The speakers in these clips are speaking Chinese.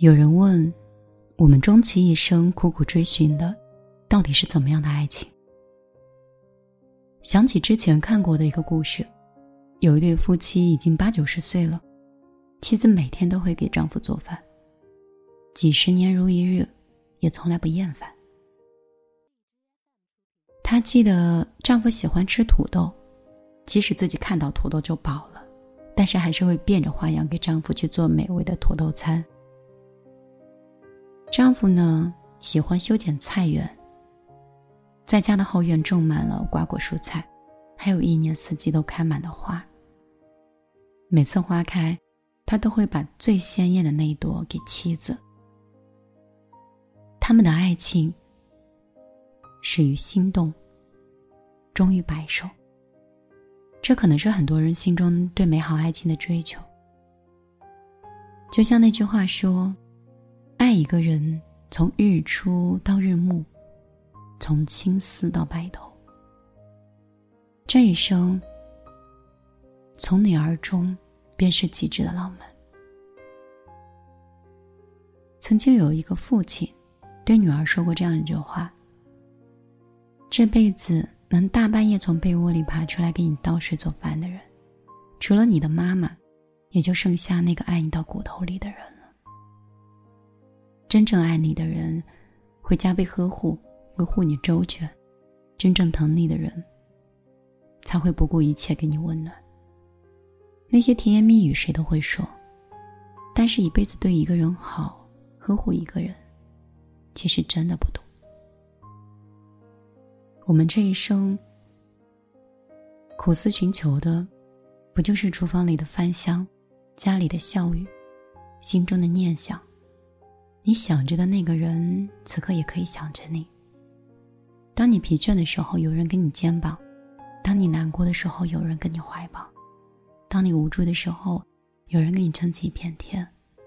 有人问，我们终其一生苦苦追寻的到底是怎么样的爱情？想起之前看过的一个故事，有一对夫妻已经80、90岁了，妻子每天都会给丈夫做饭，几十年如一日，也从来不厌烦。她记得丈夫喜欢吃土豆，即使自己看到土豆就饱了，但是还是会变着花样给丈夫去做美味的土豆餐。丈夫呢，喜欢修剪菜园，在家的后院种满了瓜果蔬菜，还有一年四季都开满的花。每次花开，他都会把最鲜艳的那一朵给妻子。他们的爱情始于心动，终于白首。这可能是很多人心中对美好爱情的追求。就像那句话说，爱一个人，从日出到日暮，从青丝到白头。这一生，从你而终，便是极致的浪漫。曾经有一个父亲对女儿说过这样一句话，这辈子能大半夜从被窝里爬出来给你倒水做饭的人，除了你的妈妈，也就剩下那个爱你到骨头里的人了。真正爱你的人会加倍呵护，会护你周全，真正疼你的人才会不顾一切给你温暖。那些甜言蜜语谁都会说，但是一辈子对一个人好，呵护一个人，其实真的不多。我们这一生苦思寻求的，不就是厨房里的饭香，家里的笑语，心中的念想。你想着的那个人，此刻也可以想着你。当你疲倦的时候，有人给你肩膀；当你难过的时候，有人跟你怀抱；当你无助的时候，有人给你撑起一片天。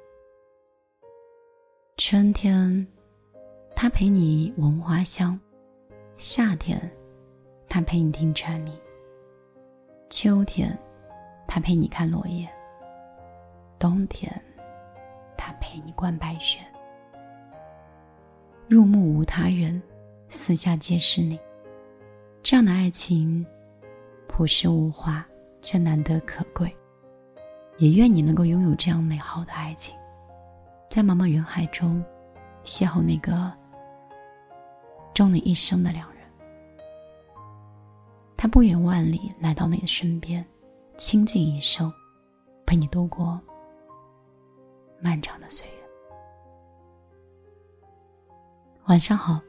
春天，他陪你闻花香；夏天，他陪你听蝉鸣；秋天，他陪你看落叶；冬天，他陪你观白雪。入目无他人，四下皆是你。这样的爱情朴实无华，却难得可贵。也愿你能够拥有这样美好的爱情，在茫茫人海中邂逅那个终你一生的两人。他不远万里来到你的身边，倾尽一生陪你度过漫长的岁月。晚上好，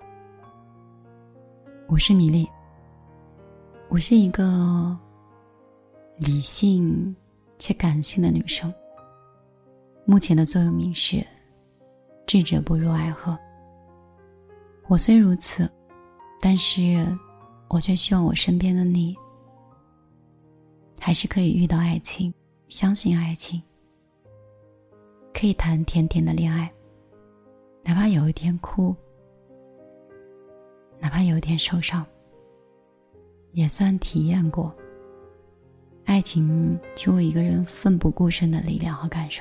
我是米粒。我是一个理性且感性的女生，目前的座右铭是智者不入爱河。我虽如此，但是我却希望我身边的你还是可以遇到爱情，相信爱情，可以谈甜甜的恋爱，哪怕有一天哭，哪怕有一天受伤，也算体验过爱情去为一个人奋不顾身的力量和感受。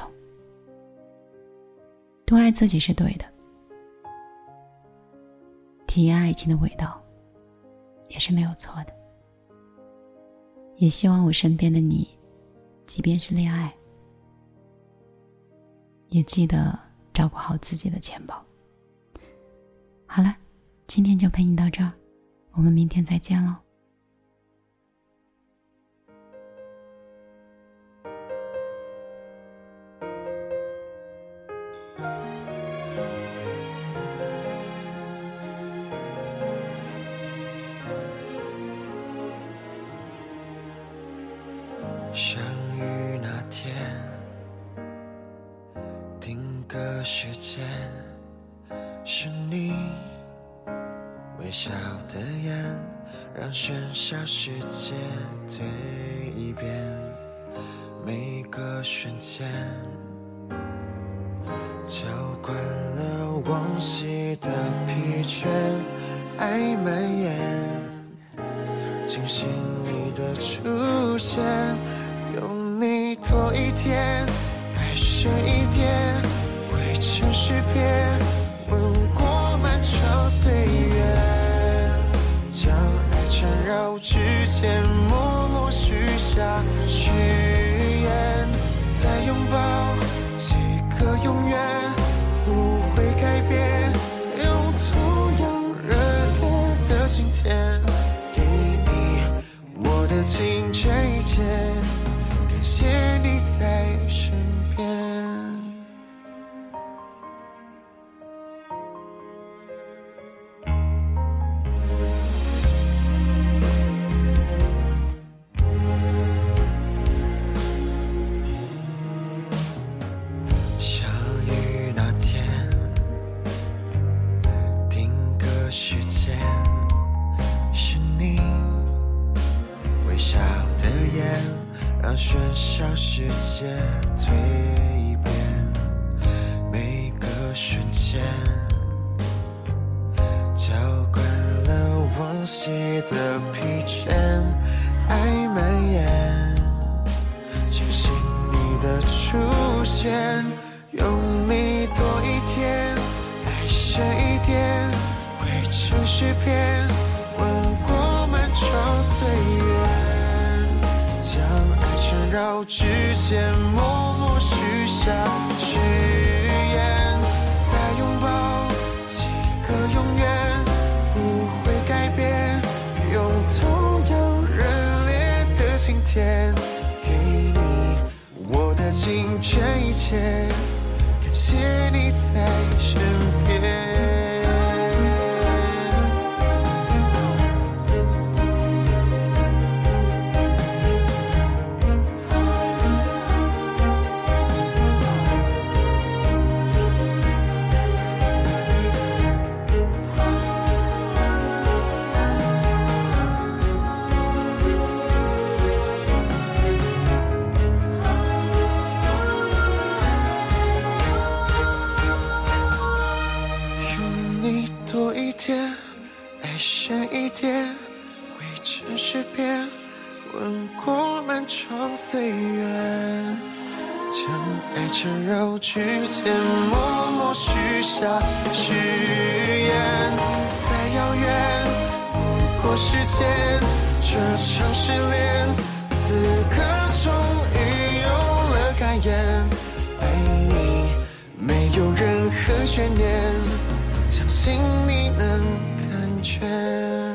多爱自己是对的，体验爱情的味道也是没有错的。也希望我身边的你，即便是恋爱，也记得照顾好自己的钱包。好了，今天就陪你到这儿，我们明天再见喽。 相遇那天，定格时间，是你微笑的眼，让喧嚣世界蜕变。每个瞬间，浇灌了往昔的疲倦，爱蔓延，惊醒你的出现。有你多一天，爱深一点，会尽这一切，感谢你在身边。相遇那天，定个时间，是你微笑的眼，让喧嚣世界蜕变。每个瞬间，浇灌了往昔的疲倦，爱蔓延，庆幸你的出现，有你多一天，爱深一点，汇成诗篇，吻过漫长岁月，将爱缠绕指尖，默默许下誓言，再拥抱几个永远，不会改变，用同样热烈的今天，给你我的尽这一切，感谢你在身边。多一点，爱深一点，汇成诗篇，吻过漫长岁月，将爱缠绕指尖，默默许下誓言，再遥远不过时间，这场失恋，此刻终于有了感言，爱你没有任何悬念，相信你能看见。